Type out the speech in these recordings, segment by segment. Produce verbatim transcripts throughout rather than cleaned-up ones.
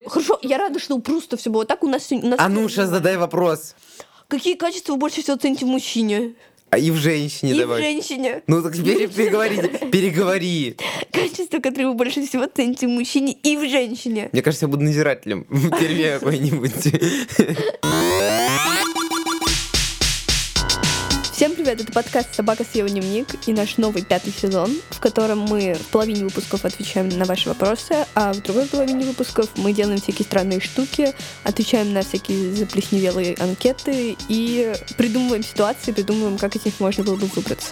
Хорошо, я рада, что просто все было так. У нас, у нас А ну, сейчас задай вопрос. Какие качества вы больше всего цените в мужчине? А и в женщине И давай. в женщине. Ну так теперь переговори, переговори. Качества, которые вы больше всего цените в мужчине и в женщине. Мне кажется, я буду надзирателем в тюрьме какой-нибудь. Всем привет, это подкаст «Собака съела дневник» и наш новый пятый сезон, в котором мы в половине выпусков отвечаем на ваши вопросы, а в другой половине выпусков мы делаем всякие странные штуки, отвечаем на всякие заплесневелые анкеты и придумываем ситуации, придумываем, как из них можно было бы выбраться.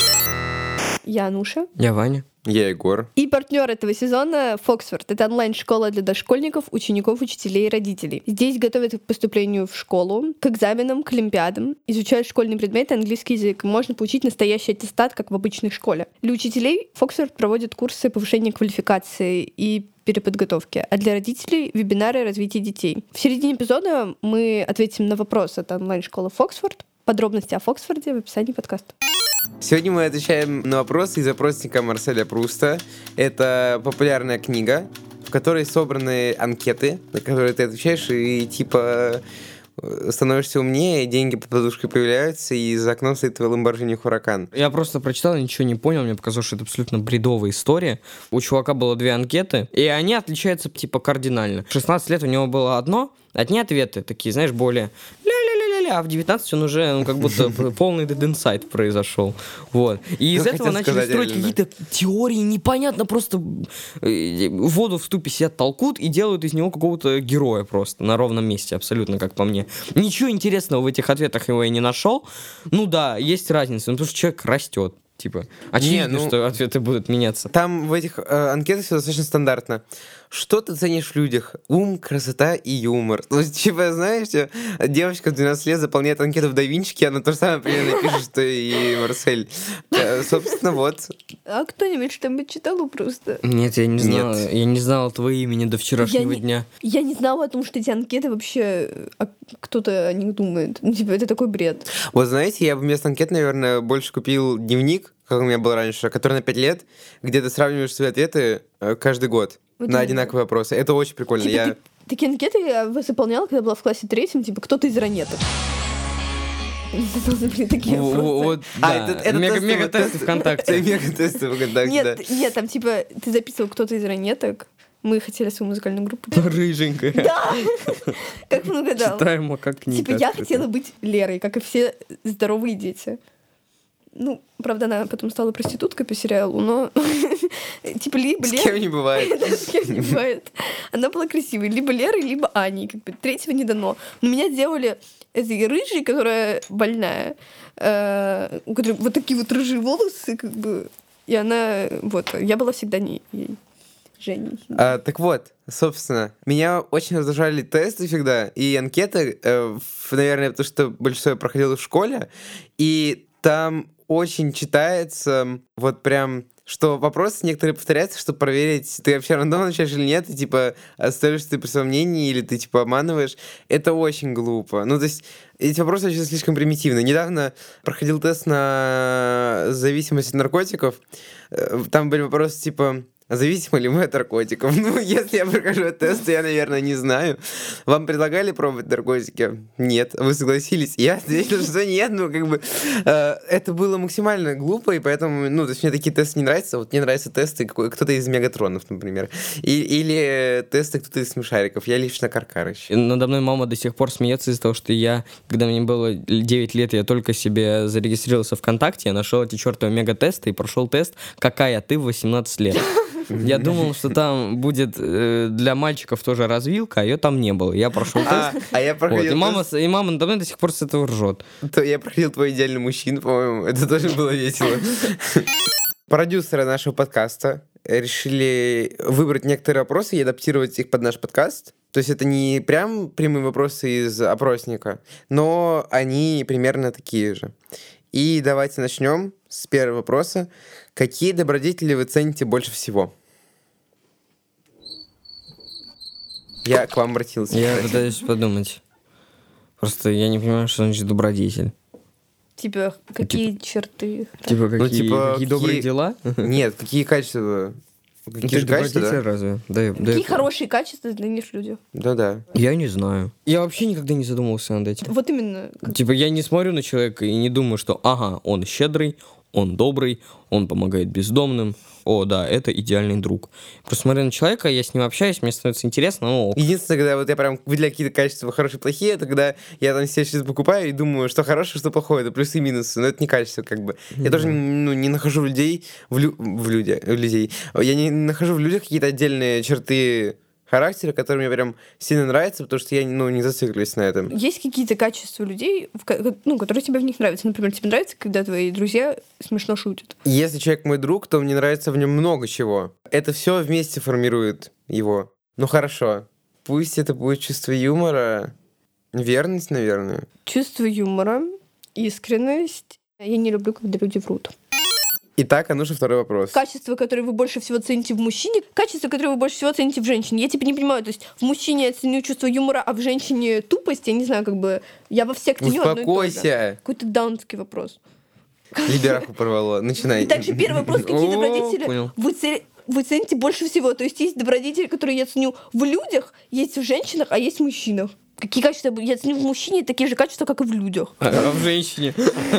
Я Ануша. Я Ваня. Я Егор. И партнер этого сезона Фоксфорд. Это онлайн-школа для дошкольников, учеников, учителей и родителей. Здесь готовят к поступлению в школу, к экзаменам, к олимпиадам, изучают школьные предметы, английский язык. Можно получить настоящий аттестат, как в обычной школе. Для учителей Фоксфорд проводит курсы повышения квалификации и переподготовки, а для родителей — вебинары развития детей. В середине эпизода мы ответим на вопрос от онлайн-школы Фоксфорд. Подробности о Фоксфорде в описании подкаста. Сегодня мы отвечаем на вопросы из опросника Марселя Пруста. Это популярная книга, в которой собраны анкеты, на которые ты отвечаешь, и типа становишься умнее, деньги под подушкой появляются, и за окном стоит твой Lamborghini Huracan. Я просто прочитал, ничего не понял, мне показалось, что это абсолютно бредовая история. У чувака было две анкеты, и они отличаются типа кардинально. В шестнадцать лет у него было одно, одни ответы такие, знаешь, более ля-ля-ля-ля-ля, а в девятнадцать он уже, ну, как будто полный dead inside произошел. Вот. И из этого начали строить какие-то теории, непонятно, просто воду в ступе сидят, толкут и делают из него какого-то героя просто на ровном месте, абсолютно, как по мне. Ничего интересного в этих ответах его я не нашел. Ну да, есть разница, потому что человек растет. Типа, очевидно, не, ну, что ответы будут меняться. Там в этих э, анкетах все достаточно стандартно. Что ты ценишь в людях? Ум, красота и юмор. То есть, типа, знаешь, девочка в двенадцать лет заполняет анкету в Давинчике, она то же самое примерно пишет, что и Марсель. Э, собственно, вот. А кто-нибудь что-нибудь читал просто? Нет, я не знала. Нет. Я не знала твоего имени до вчерашнего я дня. Не, я не знала о том, что эти анкеты вообще а кто-то о них думает. Ну, типа, это такой бред. Вот знаете, я бы вместо анкет, наверное, больше купил дневник, как у меня был раньше, который на пять лет, где ты сравниваешь свои ответы каждый год вот на одинаковые вопросы. Это очень прикольно. Типа, я... ты, такие анкеты я заполняла, когда была в классе третьем, типа, кто-то из ранеток. Такие вот, да. А, это мега-тесты ВКонтакте. Мега-тесты ВКонтакте, Нет, нет, там, типа, ты записывал кто-то из ранеток. Мы хотели свою музыкальную группу. Рыженькая. Да! Как он угадал. Читаемо как книга. Типа, я хотела быть Лерой, как и все здоровые дети. Ну, правда, она потом стала проституткой по сериалу, но типа либо Лера... С кем не бывает. С кем не бывает. Она была красивой. Либо Лерой, либо Аней. Как бы третьего не дано. Но меня делали этой рыжей, которая больная, у которой вот такие вот рыжие волосы, как бы. И она... Вот, я была всегда не ей. Женей. А, так вот, собственно, меня очень раздражали тесты всегда и анкеты, э, наверное, потому что большинство я проходил в школе, и там очень читается вот прям, что вопросы некоторые повторяются, чтобы проверить, ты вообще рандомно отвечаешь или нет, и типа остаешься ты при своем мнении, или ты типа обманываешь. Это очень глупо. Ну, то есть эти вопросы очень слишком примитивны. Недавно проходил тест на зависимость от наркотиков. Там были вопросы типа... Зависимы ли мы от наркотиков? Ну, если я прохожу этот тест, то я, наверное, не знаю. Вам предлагали пробовать наркотики? Нет. Вы согласились? Я ответил, что нет. Ну, как бы, э, это было максимально глупо, и поэтому, ну, то есть мне такие тесты не нравятся. Вот мне нравятся тесты кто-то из Мегатронов, например. И, или тесты кто-то из Смешариков. Я лично Каркарыч. Надо мной мама до сих пор смеется из-за того, что я, когда мне было девять лет, я только себе зарегистрировался ВКонтакте, я нашел эти чертовы мегатесты и прошел тест «Какая ты в восемнадцать лет». Я думал, что там будет э, для мальчиков тоже развилка, а ее там не было. Я прошел тест. А, а я проходил вот, и, мама, и мама надо мной до сих пор с этого ржет. То я проходил «Твой идеальный мужчина», по-моему. Это тоже было весело. Продюсеры нашего подкаста решили выбрать некоторые вопросы и адаптировать их под наш подкаст. То есть это не прям прямые вопросы из опросника, но они примерно такие же. И давайте начнем с первого вопроса. Какие добродетели вы цените больше всего? Я к вам обратился. Я пытаюсь подумать. Просто я не понимаю, что значит добродетель. Типа, какие ну, черты? Типа, какие, ну, типа, какие добрые какие... дела? Нет, какие качества Какие Ты же качества, добродетель да? разве? Да, да, Какие я- хорошие качества для них люди? Да-да. Я не знаю. Я вообще никогда не задумывался над этим. Вот именно. как- Типа я не смотрю на человека и не думаю, что ага, он щедрый, он добрый, он помогает бездомным. О, да, это идеальный друг. Просто смотрю на человека, я с ним общаюсь, мне становится интересно, ну ок. Единственное, когда вот я прям выделяю какие-то качества хорошие и плохие, это когда я там себе что-то покупаю и думаю, что хорошее, что плохое, это плюсы и минусы, но это не качество, как бы. Я тоже ну, не нахожу в людей, в, лю- в, люди, в людей, я не нахожу в людях какие-то отдельные черты характера, которые мне прям сильно нравятся, потому что я ну, не зацикливаюсь на этом. Есть какие-то качества людей, в ко- ну, которые тебе в них нравятся. Например, тебе нравится, когда твои друзья смешно шутят. Если человек мой друг, то мне нравится в нем много чего. Это все вместе формирует его. Ну хорошо, пусть это будет чувство юмора, верность, наверное. Чувство юмора, искренность. Я не люблю, когда люди врут. Итак, а ну же второй вопрос. Качество, которое вы больше всего цените в мужчине, качество, которое вы больше всего цените в женщине. Я типа не понимаю, то есть в мужчине я ценю чувство юмора, а в женщине тупость, я не знаю, как бы я во всех ценю одно и то же. Успокойся. Какой-то даунский вопрос. Либераху порвало. Начинай. И также первый вопрос, какие О, добродетели понял. вы, це- вы цените больше всего. То есть есть добродетели, которые я ценю в людях, есть в женщинах, а есть в мужчинах. Какие качества я ценю в мужчине, такие же качества, как и в людях. А, а в женщине?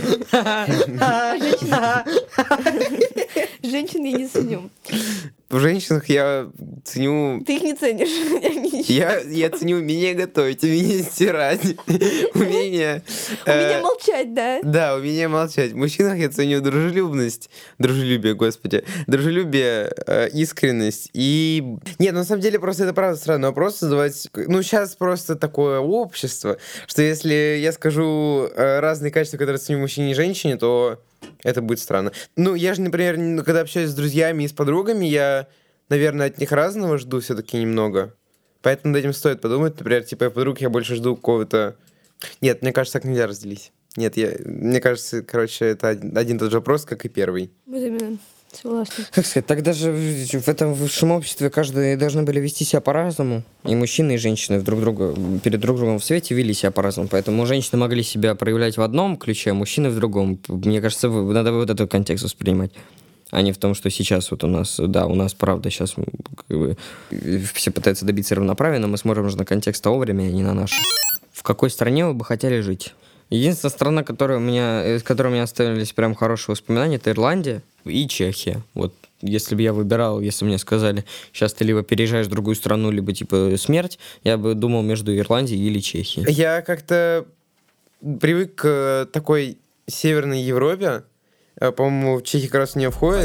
Женщин я не ценю. В женщинах я ценю... Ты их не ценишь. Они- Я, я ценю умение готовить, умение стирать, умение... У меня э, молчать, да? Да, умение молчать. В мужчинах я ценю дружелюбность. Дружелюбие, господи. Дружелюбие, э, искренность и... Нет, на самом деле просто это правда странный вопрос задавать. Ну, сейчас просто такое общество, что если я скажу э, разные качества, которые ценю в мужчине и женщине, то это будет странно. Ну, я же, например, н- когда общаюсь с друзьями и с подругами, я, наверное, от них разного жду все-таки немного. Поэтому над этим стоит подумать. Например, типа, подруг я больше жду какого-то... Нет, мне кажется, так нельзя разделить. Нет, я, мне кажется, короче, это один, один тот же вопрос, как и первый. Вот именно. Согласна. Как сказать, так даже в в этом высшем обществе каждый должны были вести себя по-разному. И мужчины, и женщины друг друга, перед друг другом в свете вели себя по-разному. Поэтому женщины могли себя проявлять в одном ключе, а мужчины в другом. Мне кажется, вы- надо вот этот контекст воспринимать. А не в том, что сейчас вот у нас, да, у нас, правда, сейчас как бы, все пытаются добиться равноправия, но мы смотрим уже на контекст того времени, а не на наш. В какой стране вы бы хотели жить? Единственная страна, которая у меня, из которой у меня оставились прям хорошие воспоминания, это Ирландия и Чехия. Вот если бы я выбирал, если бы мне сказали, сейчас ты либо переезжаешь в другую страну, либо типа смерть, я бы думал между Ирландией или Чехией. Я как-то привык к такой Северной Европе. Э, По-моему, в Чехии как раз в нее входит.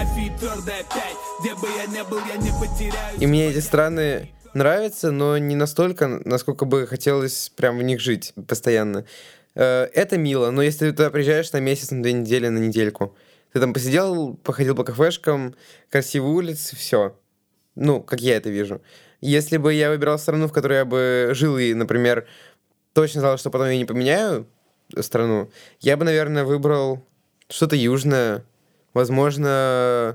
И мне эти страны нравятся, но не настолько, насколько бы хотелось прям в них жить постоянно. Э, Это мило, но если ты туда приезжаешь на месяц, на две недели, на недельку, ты там посидел, походил по кафешкам, красивые улицы, все. Ну, как я это вижу. Если бы я выбирал страну, в которой я бы жил и, например, точно знал, что потом я не поменяю страну, я бы, наверное, выбрал что-то южное, возможно,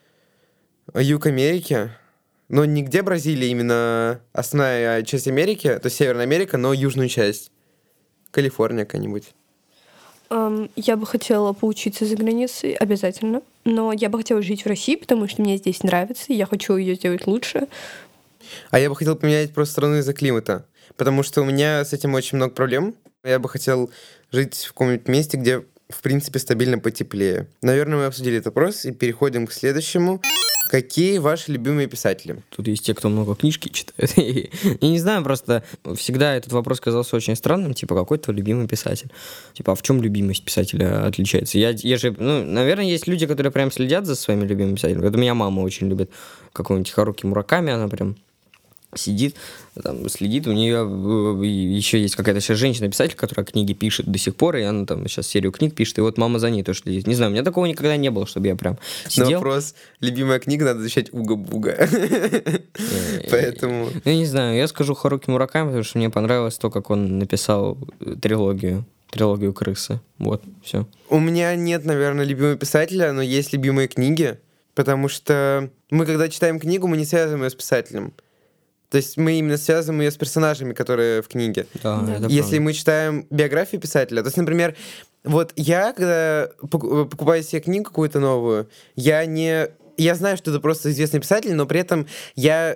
юг Америки, но не где Бразилия, именно основная часть Америки, то есть Северная Америка, но южную часть. Калифорния какая-нибудь. Эм, Я бы хотела поучиться за границей обязательно, но я бы хотела жить в России, потому что мне здесь нравится, и я хочу ее сделать лучше. А я бы хотел поменять просто страну из-за климата, потому что у меня с этим очень много проблем. Я бы хотел жить в каком-нибудь месте, где, в принципе, стабильно потеплее. Наверное, мы обсудили этот вопрос и переходим к следующему. Какие ваши любимые писатели? Тут есть те, кто много книжки читает. Я не знаю, просто всегда этот вопрос казался очень странным, типа, какой твой любимый писатель? Типа, а в чем любимость писателя отличается? Я, я же, ну, наверное, есть люди, которые прям следят за своими любимыми писателями. Это меня мама очень любит. Какого-нибудь Харуки Мураками, она прям сидит, там, следит, у нее еще есть какая-то сейчас женщина-писатель, которая книги пишет до сих пор, и она там сейчас серию книг пишет, и вот мама за ней тоже следит. Не знаю, у меня такого никогда не было, чтобы я прям На сидел. вопрос «любимая книга» надо отвечать «Уга-буга». Поэтому... Ну, я не знаю, я скажу Харуки Мураками, потому что мне понравилось то, как он написал трилогию, трилогию «Крысы». Вот, все. У меня нет, наверное, любимого писателя, но есть любимые книги, потому что мы, когда читаем книгу, мы не связываем ее с писателем. То есть мы именно связываем ее с персонажами, которые в книге. Да, Да. это Если правда. мы читаем биографию писателя, то есть, например, вот я, когда пок- покупаю себе книгу какую-то новую, я не я знаю, что это просто известный писатель, но при этом я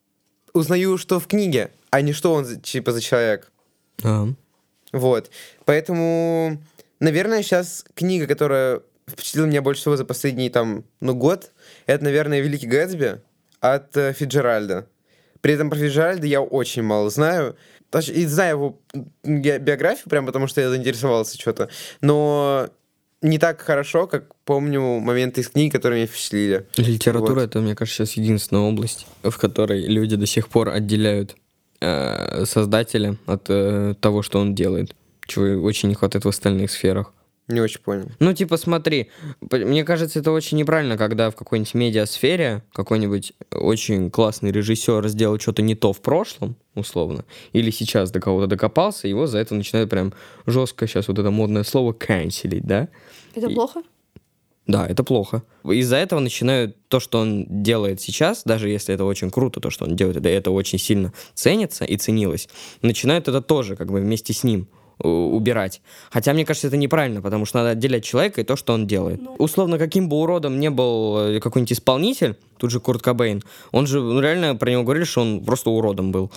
узнаю, что в книге, а не что он за- типа за человек. А. Вот. Поэтому, наверное, сейчас книга, которая впечатлила меня больше всего за последний там, ну, год, это, наверное, «Великий Гэтсби» от э, Фицджеральда. При этом про Фицджеральда я очень мало знаю. Точ- И знаю его би- биографию, прям потому что я заинтересовался что-то. Но не так хорошо, как помню моменты из книг, которые меня впечатлили. Литература Вот. это, мне кажется, сейчас единственная область, в которой люди до сих пор отделяют э, создателя от э, того, что он делает. Чего очень не хватает в остальных сферах. Не очень понял. Ну, типа, смотри, п- мне кажется, это очень неправильно, когда в какой-нибудь медиасфере какой-нибудь очень классный режиссер сделал что-то не то в прошлом, условно, или сейчас до кого-то докопался, его за это начинают прям жестко, сейчас вот это модное слово, канцелить, да? Это И- плохо? Да, это плохо. Из-за этого начинают то, что он делает сейчас, даже если это очень круто, то, что он делает, это, это очень сильно ценится и ценилось, начинают это тоже как бы вместе с ним у- убирать. Хотя, мне кажется, это неправильно, потому что надо отделять человека и то, что он делает. Ну. Условно, каким бы уродом не был э, какой-нибудь исполнитель, тут же Курт Кобейн, он же, ну, реально про него говорили, что он просто уродом был.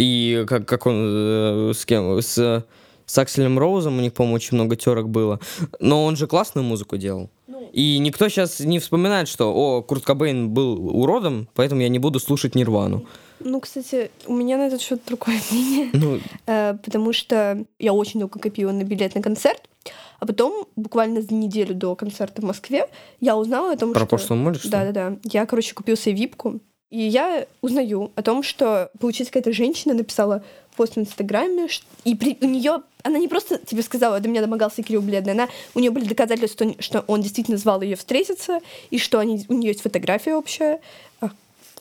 И как, как он э, с кем? С, с Акселем Роузом у них, по-моему, очень много терок было. Но он же классную музыку делал. И никто сейчас не вспоминает, что, о, Курт Кобейн был уродом, поэтому я не буду слушать Нирвану. Ну, кстати, у меня на этот счет другое мнение. Ну, Э, потому что я очень долго копила на билет на концерт, а потом, буквально за неделю до концерта в Москве, я узнала о том, про что... пошлую молли, что ли? Да-да-да. Я, короче, купила себе випку, и я узнаю о том, что, получается, какая-то женщина написала пост в Инстаграме, ш- и при... у нее она не просто тебе сказала, до меня домогался Кирилл Бледный, она, у нее были доказательства, что он действительно звал ее встретиться, и что они, у нее есть фотография общая. А,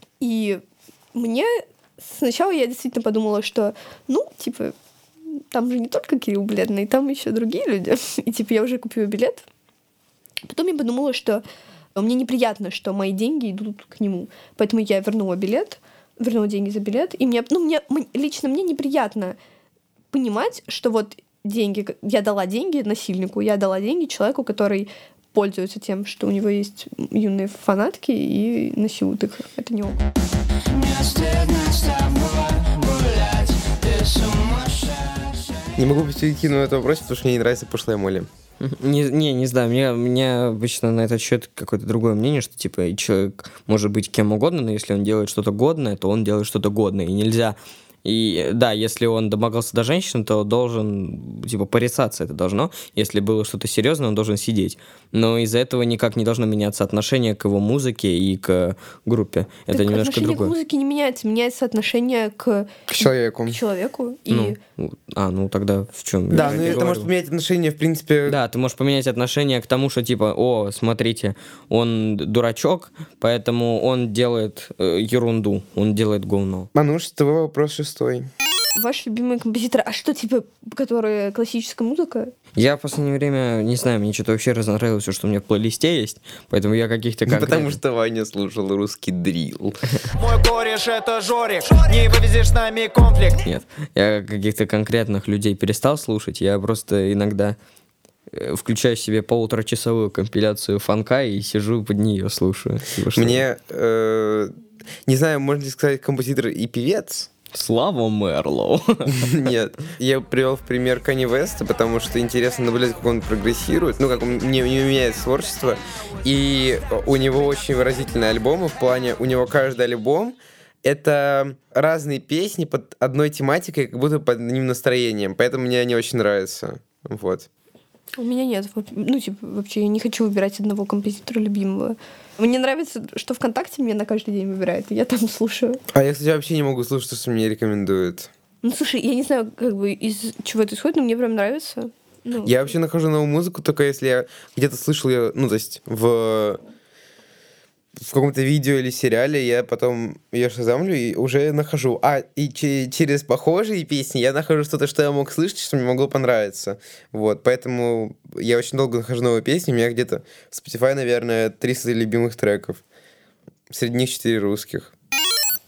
И мне сначала я действительно подумала, что, ну, типа, там же не только Кирилл Бледный, там еще другие люди. И, типа, я уже купила билет. Потом я подумала, что мне неприятно, что мои деньги идут к нему. Поэтому я вернула билет, вернула деньги за билет. И мне, ну, мне, м- лично мне неприятно понимать, что вот деньги, я дала деньги насильнику, я дала деньги человеку, который пользуется тем, что у него есть юные фанатки и насилуют их. Это не ок. Не могу перейти на этот вопрос, потому что мне не нравится пошлая Молли. Не, не, не знаю, мне, у меня обычно на этот счет какое-то другое мнение, что типа человек может быть кем угодно, но если он делает что-то годное, то он делает что-то годное, и нельзя. И да, если он домогался до женщин, то должен, типа, порицаться это должно. Если было что-то серьезное, он должен сидеть. Но из-за этого никак не должно меняться отношение к его музыке и к группе. Это Так немножко отношение другое. к музыке не меняется, меняется отношение к, К человеку. к человеку. И Ну, а, ну тогда в чем? Да, ну это может поменять отношения, в принципе. Да, ты можешь поменять отношение к тому, что типа, о, смотрите, он дурачок, поэтому он делает э, ерунду, он делает говно. Мануш, твой вопрос шестой. ваш любимый композитор, а что, типа, которые классическая музыка? Я в последнее время, не знаю, мне что-то вообще разонравилось, все, что у меня в плейлисте есть, поэтому я каких-то Ну, конкретных... потому что Ваня слушал русский дрил. Мой кореш это Жорик, не вывезешь с нами конфликт. Нет, я каких-то конкретных людей перестал слушать, я просто иногда э, включаю себе полуторачасовую компиляцию фанка и сижу под нее слушаю. Типа, что- Мне, э, не знаю, можно ли сказать композитор и певец? Слава Мерлоу. Нет. Я привел в пример Канье Веста, потому что интересно наблюдать, как он прогрессирует, ну, как он не, не меняется творчество. И у него очень выразительные альбомы, в плане, у него каждый альбом — это разные песни под одной тематикой, как будто под одним настроением. Поэтому мне они очень нравятся. Вот. У меня нет. Ну, типа, вообще, я не хочу выбирать одного композитора любимого. Мне нравится, что ВКонтакте меня на каждый день выбирает, и я там слушаю. А я, кстати, вообще не могу слушать то, что мне рекомендуют. Ну, слушай, я не знаю, как бы из чего это исходит, но мне прям нравится. Ну, Я вообще нахожу новую музыку, только если я где-то слышал ее, ну, то есть в, в каком-то видео или сериале, я потом ее шазамлю и уже нахожу. А, и че- через похожие песни я нахожу что-то, что я мог слышать, что мне могло понравиться. Вот, поэтому я очень долго нахожу новые песни, у меня где-то в Spotify, наверное, триста любимых треков. Среди них четыре русских.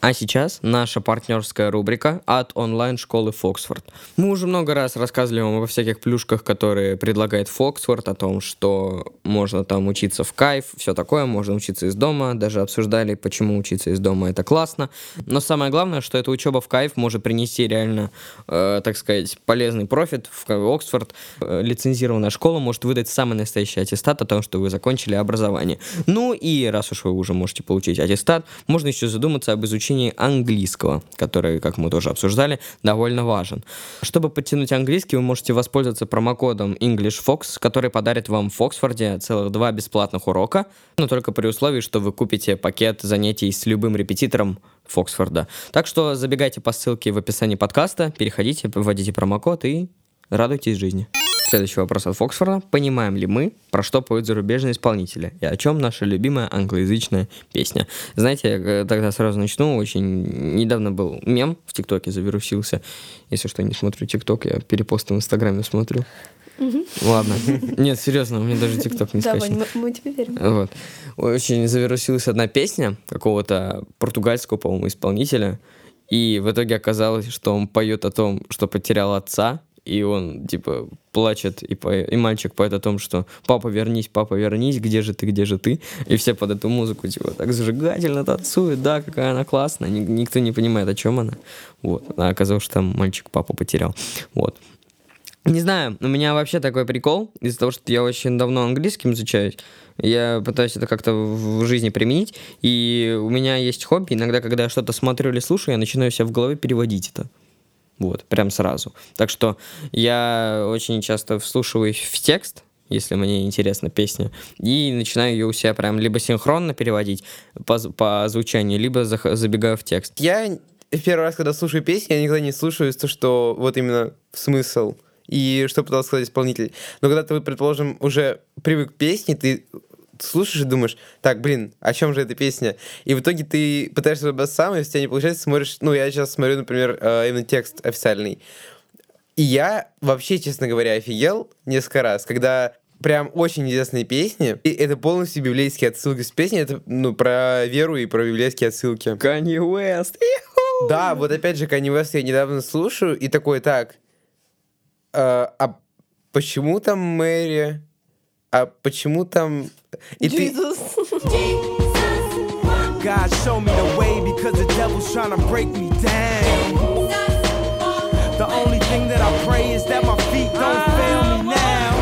А сейчас наша партнерская рубрика от онлайн-школы Фоксфорд. Мы уже много раз рассказывали вам о всяких плюшках, которые предлагает Фоксфорд, о том, что можно там учиться в кайф, все такое, можно учиться из дома, даже обсуждали, почему учиться из дома это классно. Но самое главное, что эта учеба в кайф может принести реально, э, так сказать, полезный профит в Оксфорд. Э, лицензированная школа может выдать самый настоящий аттестат о том, что вы закончили образование. Ну и раз уж вы уже можете получить аттестат, можно еще задуматься об изучении английского, который, как мы тоже обсуждали, довольно важен. Чтобы подтянуть английский, вы можете воспользоваться промокодом EnglishFox, который подарит вам в Оксфорде целых два бесплатных урока, но только при условии, что вы купите пакет занятий с любым репетитором Фоксфорда. Так что забегайте по ссылке в описании подкаста, переходите, вводите промокод и радуйтесь жизни. Следующий вопрос от Фоксфорда. Понимаем ли мы, про что поют зарубежные исполнители? И о чем наша любимая англоязычная песня? Знаете, я тогда сразу начну. Очень недавно был мем в ТикТоке, завирусился. Если что, не смотрю ТикТок, я перепосты в Инстаграме смотрю. Угу. Ладно. Нет, серьезно, у меня даже ТикТок не скачан. Да, мы, мы тебе верим. Вот. Очень завирусилась одна песня какого-то португальского, по-моему, исполнителя. И в итоге оказалось, что он поет о том, что потерял отца. И он, типа, плачет, и, по... и мальчик поет о том, что «Папа, вернись, папа, вернись, где же ты, где же ты?» И все под эту музыку, типа, так зажигательно танцуют, да, какая она классная. Никто не понимает, о чем она. Вот. А оказалось, что там мальчик папу потерял. Вот. Не знаю, у меня вообще такой прикол, из-за того, что я очень давно английским изучаю, я пытаюсь это как-то в жизни применить, и у меня есть хобби, иногда, когда я что-то смотрю или слушаю, я начинаю себя в голове переводить это. Вот, прям сразу. Так что я очень часто вслушиваюсь в текст, если мне интересна песня, и начинаю ее у себя прям либо синхронно переводить по, по звучанию, либо за, забегаю в текст. Я первый раз, когда слушаю песни, я никогда не слушаю то, что вот именно смысл и что пытался сказать исполнитель. Но когда ты, предположим, уже привык к песне, ты слушаешь и думаешь, так, блин, о чем же эта песня? И в итоге ты пытаешься разобраться сам, и если у тебя не получается, смотришь, ну, я сейчас смотрю, например, именно текст официальный. И я вообще, честно говоря, офигел несколько раз, когда прям очень известные песни, и это полностью библейские отсылки с песни, это, ну, про веру и про библейские отсылки. Kanye West! Да, вот опять же, Kanye West я недавно слушаю, и такой, так, а, а почему там Мэри? А почему там... И ты... God show me the way because the devil's trying to break me down. The only thing that I pray is that my feet don't fail me now.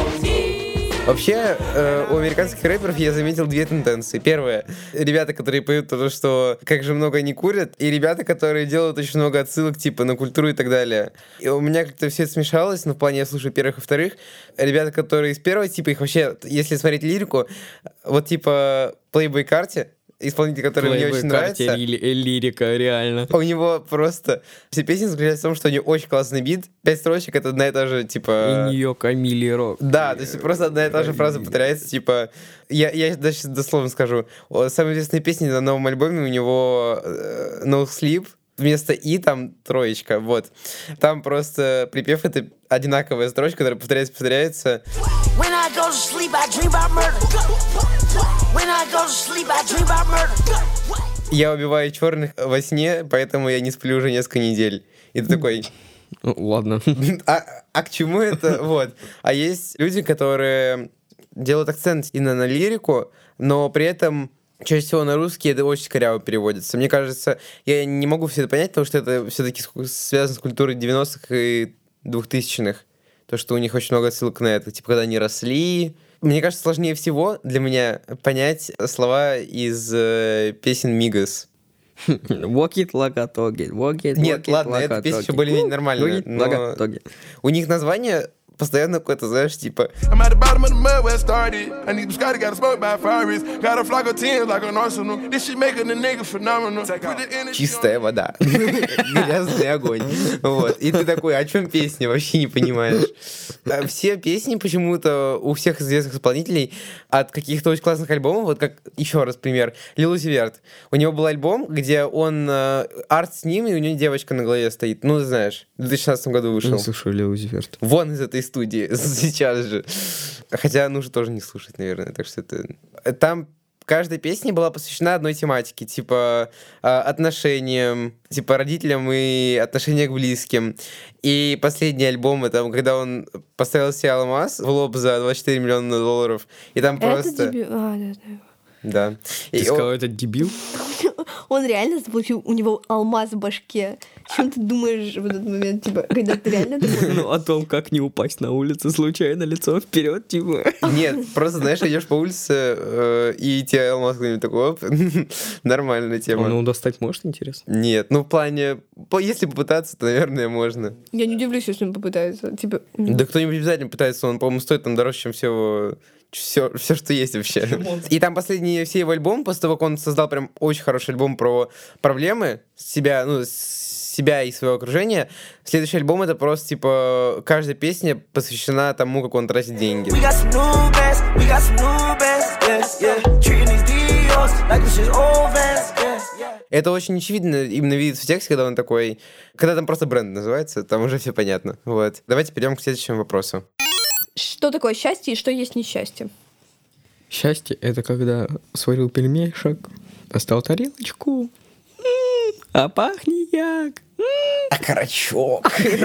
Вообще, э, у американских рэперов я заметил две тенденции. Первое, ребята, которые поют то, что как же много они курят, и ребята, которые делают очень много отсылок, типа, на культуру и так далее. И у меня как-то все это смешалось, но в плане я слушаю первых и вторых. Ребята, которые из первого типа, их вообще, если смотреть лирику, вот типа Playboi Carti, исполнитель, который мне очень нравится. Ли- лирика, реально. У него просто... Все песни заключаются в том, что у него очень классный бит. Пять строчек — это одна и та же, типа... И нее Камили Рок. Да, то есть просто одна и та же фраза повторяется, типа... Я, я даже дословно скажу. Самые известные песни на новом альбоме у него uh, No Sleep. Вместо «и» там троечка, вот. Там просто припев — это одинаковая строчка, которая повторяется, повторяется. When I go to sleep, I dream about murder. When I go to sleep, I dream about murder. Я убиваю черных во сне, поэтому я не сплю уже несколько недель. И ты такой... Ну, ладно. А, а к чему это? Вот. А есть люди, которые делают акцент именно на лирику, но при этом... Чаще всего на русский это очень коряво переводится. Мне кажется, я не могу все это понять, потому что это все-таки связано с культурой девяностых и двухтысячных. То, что у них очень много отсылок на это. Типа, когда они росли. Мне кажется, сложнее всего для меня понять слова из э, песен Мигос. Walk it like a dog. Walk it, Нет, walk ладно, it like эта a песня dog. еще более-менее нормальная. Walk it like a dog. У них название постоянно какое-то, знаешь, типа... I'm at the bottom of the mud where it started. I need some Scotty, got a smoke by Ferraris. Got a flock of tens like an arsenal. This shit making the nigga phenomenal. Чистая вода. Грязный огонь. Вот. И ты такой, о чем песня? Вообще не понимаешь. Все песни почему-то у всех известных исполнителей от каких-то очень классных альбомов, вот как, еще раз пример, Lil Uzi Vert. У него был альбом, где он арт с ним, и у него девочка на голове стоит. Ну, ты знаешь, в две тысячи шестнадцатом году вышел. Не слушаю Lil Uzi Vert. Вон из этой студии сейчас же. Хотя нужно тоже не слушать, наверное. Так что это... Там каждой песне была посвящена одной тематике, типа отношениям, типа родителям и отношения к близким. И последний альбом, это когда он поставил себе алмаз в лоб за двадцать четыре миллиона долларов, и там Это просто... дебют. А, да, да. Да. Ты И сказал, он- это дебил? Он реально заполучил, у него алмаз в башке. Чем ты думаешь в этот момент, типа, когда ты реально такой? Ну, о том, как не упасть на улице случайно лицом вперед, типа. Нет, просто, знаешь, идешь по улице, э, и тебе алмаз кто-нибудь такой, оп, нормальная тема. Он его достать может, интересно? Нет, ну в плане, по- если попытаться, то, наверное, можно. Я не удивлюсь, если он попытается. Типа, Да кто-нибудь обязательно пытается, он, по-моему, стоит там дороже, чем все, все, все, что есть вообще. И там последние все его альбомы, после того, как он создал прям очень хороший альбом про проблемы себя, ну, с- себя и своего окружения, следующий альбом — это просто, типа, каждая песня посвящена тому, как он тратит деньги. We got some new bands, we got some new bands, yes, yeah. Treating these Dios like it's just old Vans, yes, yeah. Это очень очевидно именно видится в тексте, когда он такой... Когда там просто бренд называется, там уже все понятно. Вот. Давайте перейдем к следующему вопросу. что такое счастье и что есть несчастье? Счастье — это когда сварил пельмешек, достал тарелочку, м, а пахнет як. А карачок.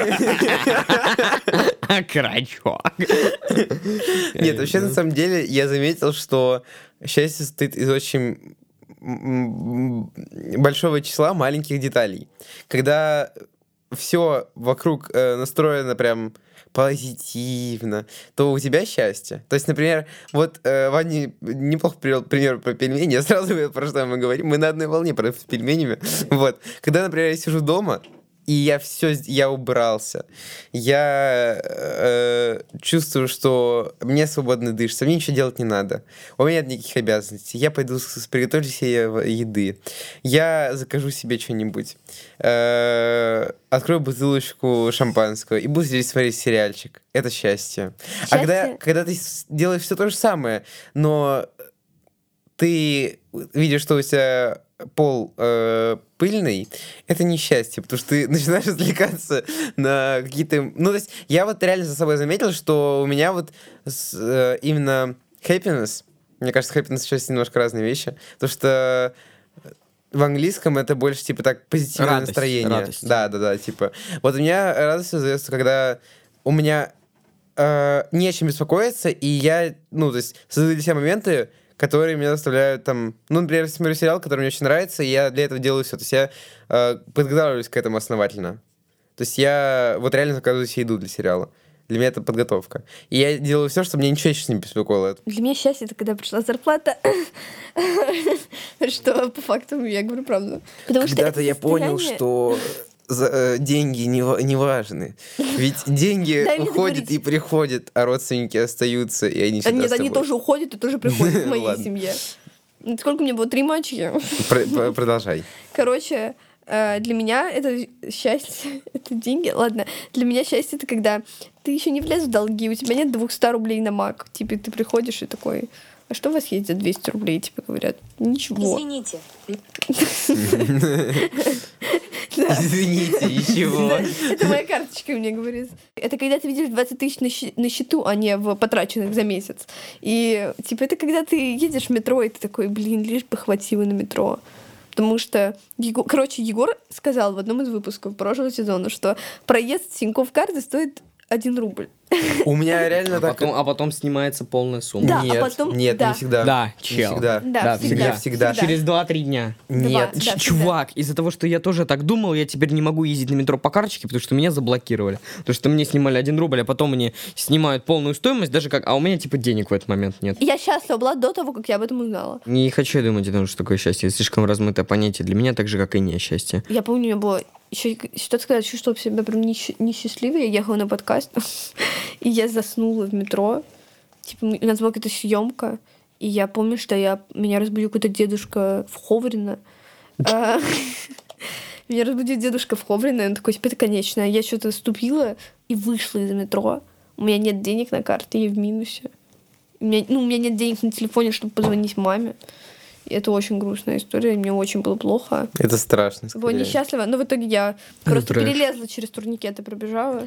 А карачок. Нет, вообще, на самом деле, я заметил, что счастье состоит из очень м, большого числа маленьких деталей. Когда все вокруг э, настроено прям позитивно, то у тебя счастье. То есть, например, вот э, Ваня неплохо привел пример про пельмени, я сразу говорю, про что мы говорим, мы на одной волне про с пельменями. Вот. Когда, например, я сижу дома, и я все, я убрался, я э, чувствую, что мне свободно дышится, мне ничего делать не надо, у меня нет никаких обязанностей, я пойду с- приготовлю себе еды, я закажу себе что-нибудь, э, открою бутылочку шампанского и буду здесь смотреть сериальчик. Это счастье. А когда, Счастье- когда ты с- делаешь все то же самое, но ты видишь, что у тебя пол э, пыльный, это несчастье, потому что ты начинаешь отвлекаться на какие-то... Ну, то есть я вот реально за собой заметил, что у меня вот с, э, именно happiness, мне кажется, happiness и счастье немножко разные вещи, потому что в английском это больше, типа, так, позитивное Радость, настроение. радость. Да, да, да, типа. Вот у меня радость создается, когда у меня э, не о чем беспокоиться, и я, ну, то есть создаю для себя моменты, которые меня заставляют там... Ну, например, смотрю сериал, который мне очень нравится, и я для этого делаю все. То есть я э, подготавливаюсь к этому основательно. То есть я вот реально заказываю себе еду для сериала. Для меня это подготовка. И я делаю все, чтобы мне ничего сейчас не беспокоило. Для меня счастье — это когда пришла зарплата. Что по факту я говорю правду. Потому что Когда-то это я понял, состояние- что за- э, деньги не, ва- не важны. Ведь деньги Дай мне уходят договорить. и приходят, а родственники остаются, и они А всегда нет, с они тобой. тоже уходят и тоже приходят в моей Ладно. семье. Сколько мне было? Три мальчики? Про- про- Продолжай. Короче, э, для меня это счастье, это деньги. Ладно, для меня счастье — это когда ты еще не влез в долги, у тебя нет двухсот рублей на мак. Типа ты приходишь и такой: а что у вас есть за двести рублей? Типа говорят: ничего. Извините. Извините, ничего. Это моя карточка мне говорит. Это когда ты видишь двадцать тысяч на, щи- на счету, а не в потраченных за месяц. И типа это когда ты едешь в метро, и ты такой: блин, лишь бы хватило на метро. Потому что, Его- короче, Егор сказал в одном из выпусков прошлого сезона, что проезд с Тинькофф карты стоит один рубль. У меня реально А так... потом, а потом снимается полная сумма. Да, а Нет, потом- нет, да. не всегда. Да, Не чел. всегда. Да, Да, всегда. Не всегда. Через два-три дня. Нет. Да, Ч- всегда. Чувак, из-за того, что я тоже так думал, я теперь не могу ездить на метро по карточке, потому что меня заблокировали. Потому что мне снимали один рубль, а потом мне снимают полную стоимость, даже как... А у меня типа денег в этот момент нет. Я счастлива была до того, как я об этом узнала. Не хочу думать о том, что такое счастье. Это слишком размытое понятие для меня, так же, как и несчастье. Я помню, у меня было еще ситуация, когда я чувствовала себя прям несч- несчастливой. Я ехала на подкаст, и я заснула в метро. Типа, у нас была какая-то съемка, и я помню, что я меня разбудил какой-то дедушка в Ховрино. А, Меня разбудил дедушка в Ховрино, и он такой: типа, это конечное. Я что-то ступила и вышла из метро. У меня нет денег на карте, я в минусе. У меня, ну, у меня нет денег на телефоне, чтобы позвонить маме. И это очень грустная история, мне очень было плохо. Это страшно, Была скорее. несчастлива, но в итоге я Ну, просто трэш. перелезла через турникеты, пробежала.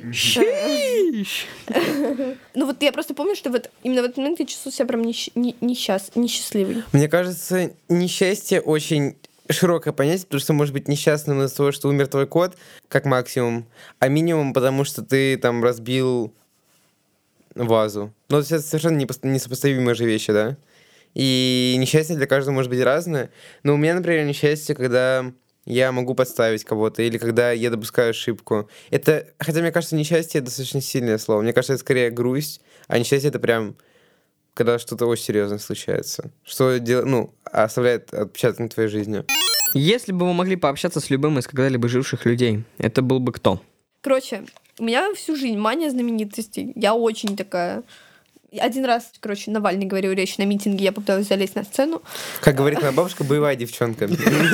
Ну вот я просто помню, что вот именно в этот момент я чувствовала себя прям несч- не- несчаст- несчастливой. Мне кажется, несчастье очень широкое понятие, потому что может быть несчастным из-за того, что умер твой кот, как максимум, а минимум потому, что ты там разбил вазу. Ну, это совершенно непос- несопоставимые же вещи, да? И несчастье для каждого может быть разное. Но у меня, например, несчастье, когда я могу подставить кого-то, или когда я допускаю ошибку. Это, хотя мне кажется, несчастье — это достаточно сильное слово. Мне кажется, это скорее грусть, а несчастье — это прям когда что-то очень серьезное случается. Что дел... ну, оставляет отпечаток на твоей жизни. Если бы вы могли пообщаться с любым из когда-либо живших людей, это был бы кто? Короче, у меня всю жизнь мания знаменитостей. Я очень такая... Один раз, короче, Навальный говорил речь на митинге, я попыталась залезть на сцену. Как говорит моя бабушка, боевая девчонка.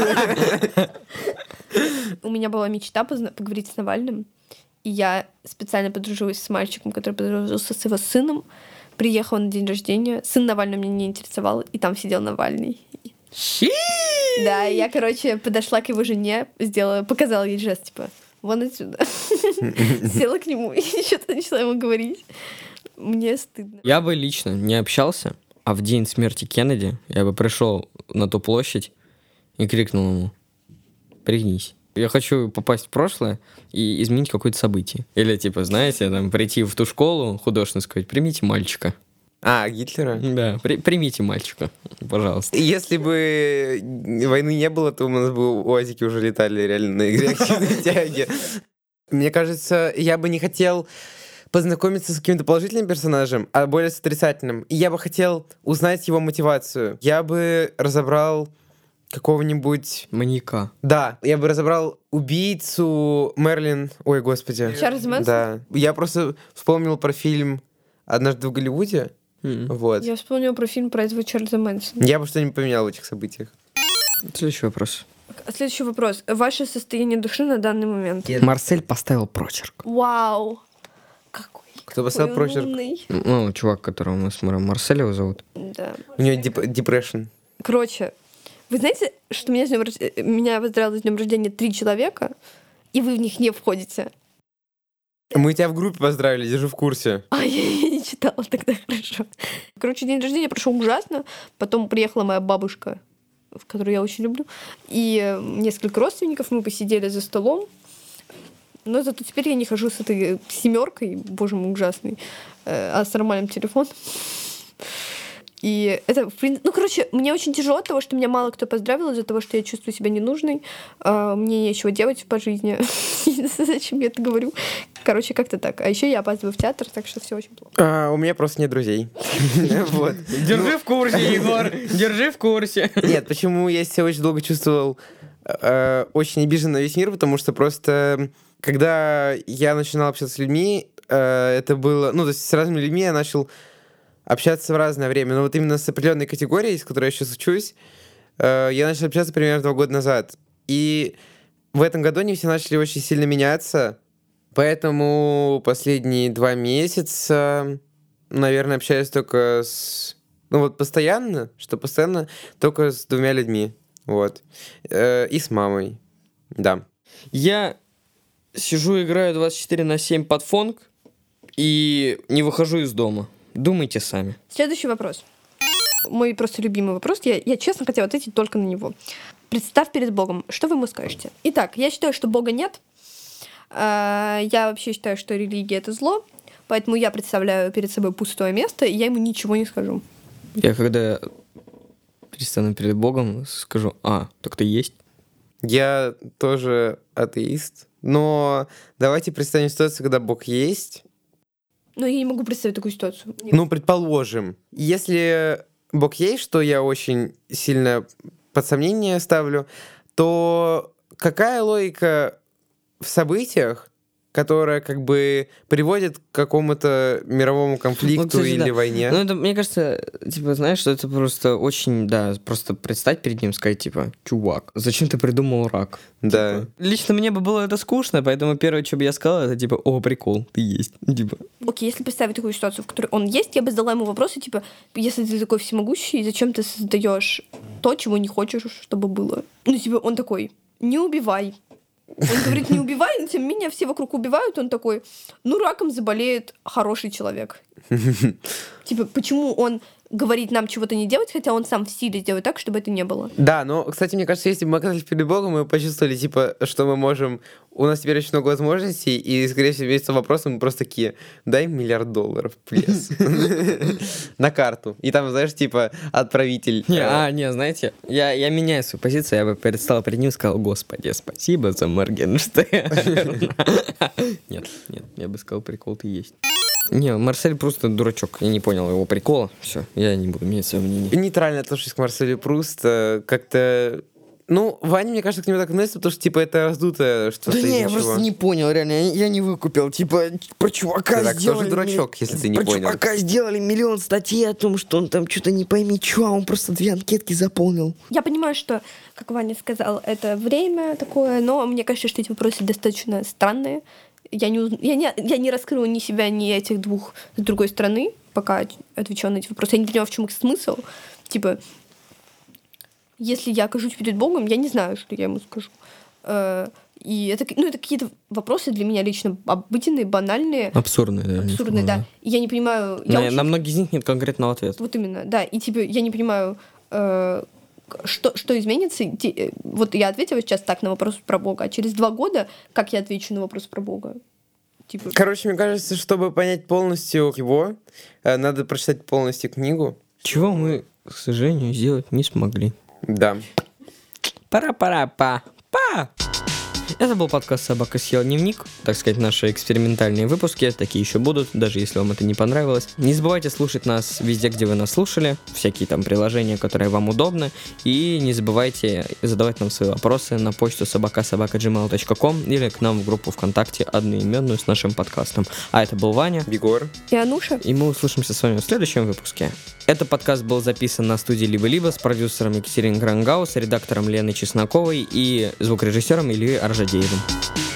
У меня была мечта позна- поговорить с Навальным, и я специально подружилась с мальчиком, который подружился с его сыном, приехала на день рождения, сын Навального меня не интересовал, и там сидел Навальный. Да, и я, короче, подошла к его жене, сделала, показала ей жест, типа, вон отсюда. Села к нему и что-то начала ему говорить. Мне стыдно. Я бы лично не общался, а в день смерти Кеннеди я бы пришел на ту площадь и крикнул ему: «Пригнись». Я хочу попасть в прошлое и изменить какое-то событие. Или, типа, знаете, там, прийти в ту школу художественную и сказать: «Примите мальчика». А, Гитлера? Да, при- примите мальчика, пожалуйста. Если бы войны не было, то у нас бы УАЗики уже летали реально на реактивной тяге. Мне кажется, я бы не хотел познакомиться с каким-то положительным персонажем, а более с отрицательным. И я бы хотел узнать его мотивацию. Я бы разобрал какого-нибудь... Маньяка. Да, я бы разобрал убийцу Мерлин... Ой, господи. Чарльз Мэнсон? Да. Я просто вспомнил про фильм «Однажды в Голливуде». М. Вот. Я вспомнила про фильм про этого Чарльза Мэнсона. Я бы что-нибудь поменял в этих событиях. Следующий вопрос. Следующий вопрос. Ваше состояние души на данный момент? Марсель поставил прочерк. Вау! Какой, Кто поставил какой прочерк? умный. Ну, чувак, которого мы смотрим, Марсель его зовут. Да. У него деп- депрессион. Короче, вы знаете, что меня, с днём рож- меня поздравило с днем рождения три человека, и вы в них не входите? Мы тебя в группе поздравили, держу в курсе. А, я, я не читала тогда, хорошо. Короче, день рождения прошел ужасно. Потом приехала моя бабушка, в которую я очень люблю, и э, несколько родственников. Мы посидели за столом. Но зато теперь я не хожу с этой семеркой, боже мой, ужасный, э, а с нормальным телефоном. И это, в принципе... Ну, короче, мне очень тяжело от того, что меня мало кто поздравил, из-за того, что я чувствую себя ненужной. А, мне нечего делать по жизни. Зачем я это говорю? Короче, как-то так. А еще я опаздываю в театр, так что все очень плохо. А, у меня просто нет друзей. Вот. Держи в курсе, Егор, держи в курсе. Нет, почему я себя очень долго чувствовал э, очень обижен на весь мир, потому что просто, когда я начинал общаться с людьми, э, это было... Ну, то есть с разными людьми я начал общаться в разное время. Но вот именно с определенной категорией, с которой я сейчас учусь, э, я начал общаться примерно два года назад. И в этом году они все начали очень сильно меняться, поэтому последние два месяца, наверное, общаюсь только с... Ну вот постоянно, что постоянно только с двумя людьми. Вот. Э, и с мамой. Да. Я сижу, играю двадцать четыре на семь под фонг и не выхожу из дома. Думайте сами. Следующий вопрос. Мой просто любимый вопрос. Я, я честно хотела ответить только на него. Представь перед Богом, что вы ему скажете? Итак, я считаю, что Бога нет. А, Я вообще считаю, что религия — это зло. Поэтому я представляю перед собой пустое место, и я ему ничего не скажу. Я когда перестану перед Богом, скажу: а, так ты есть. Я тоже атеист, но давайте представим ситуацию, когда Бог есть. Но я не могу представить такую ситуацию. Ну, предположим, если Бог есть, что я очень сильно под сомнение ставлю, то какая логика в событиях, которая как бы приводит к какому-то мировому конфликту Ну, кстати, или да. войне. Ну, это, мне кажется, типа, знаешь, что это просто очень, да, просто предстать перед ним, сказать, типа, чувак, зачем ты придумал рак? Да. Типа, лично мне бы было это скучно, поэтому первое, что бы я сказал, это типа, о, прикол, ты есть. Типа. Окей, если представить такую ситуацию, в которой он есть, я бы задала ему вопросы, типа, если ты такой всемогущий, зачем ты создаешь то, чего не хочешь, чтобы было? Ну, типа, он такой, не убивай. Он говорит, не убивай, но тем не менее все вокруг убивают, он такой, ну, раком заболеет хороший человек. Типа, почему он говорит нам чего-то не делать, хотя он сам в силе сделает так, чтобы это не было. Да, но, кстати, мне кажется, если бы мы оказались перед Богом, мы почувствовали, типа, что мы можем... У нас теперь очень много возможностей, и, скорее всего, весь вопрос мы просто такие, дай миллиард долларов, плес. На карту. И там, знаешь, типа, отправитель... Не, а, не, знаете, я, я меняю свою позицию, я бы предстал перед ним и сказал, господи, спасибо за Моргенштерн. Нет, нет, я бы сказал, прикол ты есть. Не, Марсель просто дурачок, я не понял его прикола, все, я не буду менять свое мнение. Нейтрально отношусь к Марселю Пруст, как-то... Ну, Ваня, мне кажется, к нему так относится, потому что, типа, это раздутое что-то. Да не, я просто не понял, реально, я, я не выкупил. Типа, про чувака ты так сделали... тоже дурачок, если ты не про понял. Про чувака сделали миллион статей о том, что он там что-то не пойми что, а он просто две анкетки заполнил. Я понимаю, что, как Ваня сказал, это время такое, но мне кажется, что эти вопросы достаточно странные. Я не, уз... я, не, я не раскрыла ни себя, ни этих двух с другой стороны, пока отвечала на эти вопросы. Я не поняла, в чем их смысл. Типа, если я окажусь перед Богом, я не знаю, что я ему скажу. И это, ну, это какие-то вопросы для меня лично обыденные, банальные. Абсурдные, да. Абсурдные, да. И я не понимаю... На, я очень... на многие из них нет конкретного ответа. Вот именно, да. И типа я не понимаю, э, что, что изменится. Вот я ответила сейчас так на вопрос про Бога, а через два года как я отвечу на вопрос про Бога? Типа... Короче, мне кажется, чтобы понять полностью его, надо прочитать полностью книгу. Чего мы, к сожалению, сделать не смогли. Да. Пара-пара-па-па! Это был подкаст «Собака съела дневник». Так сказать, наши экспериментальные выпуски. Такие еще будут, даже если вам это не понравилось. Не забывайте слушать нас везде, где вы нас слушали. Всякие там приложения, которые вам удобны. И не забывайте задавать нам свои вопросы на почту собака собака джимейл точка ком или к нам в группу ВКонтакте одноименную с нашим подкастом. А это был Ваня. Егор. И Ануша. И мы услышимся с вами в следующем выпуске. Этот подкаст был записан на студии «Либо-либо» с продюсером Екатериной Грангаус, редактором Леной Чесноковой и звукорежиссером Ильей Аржадеевым.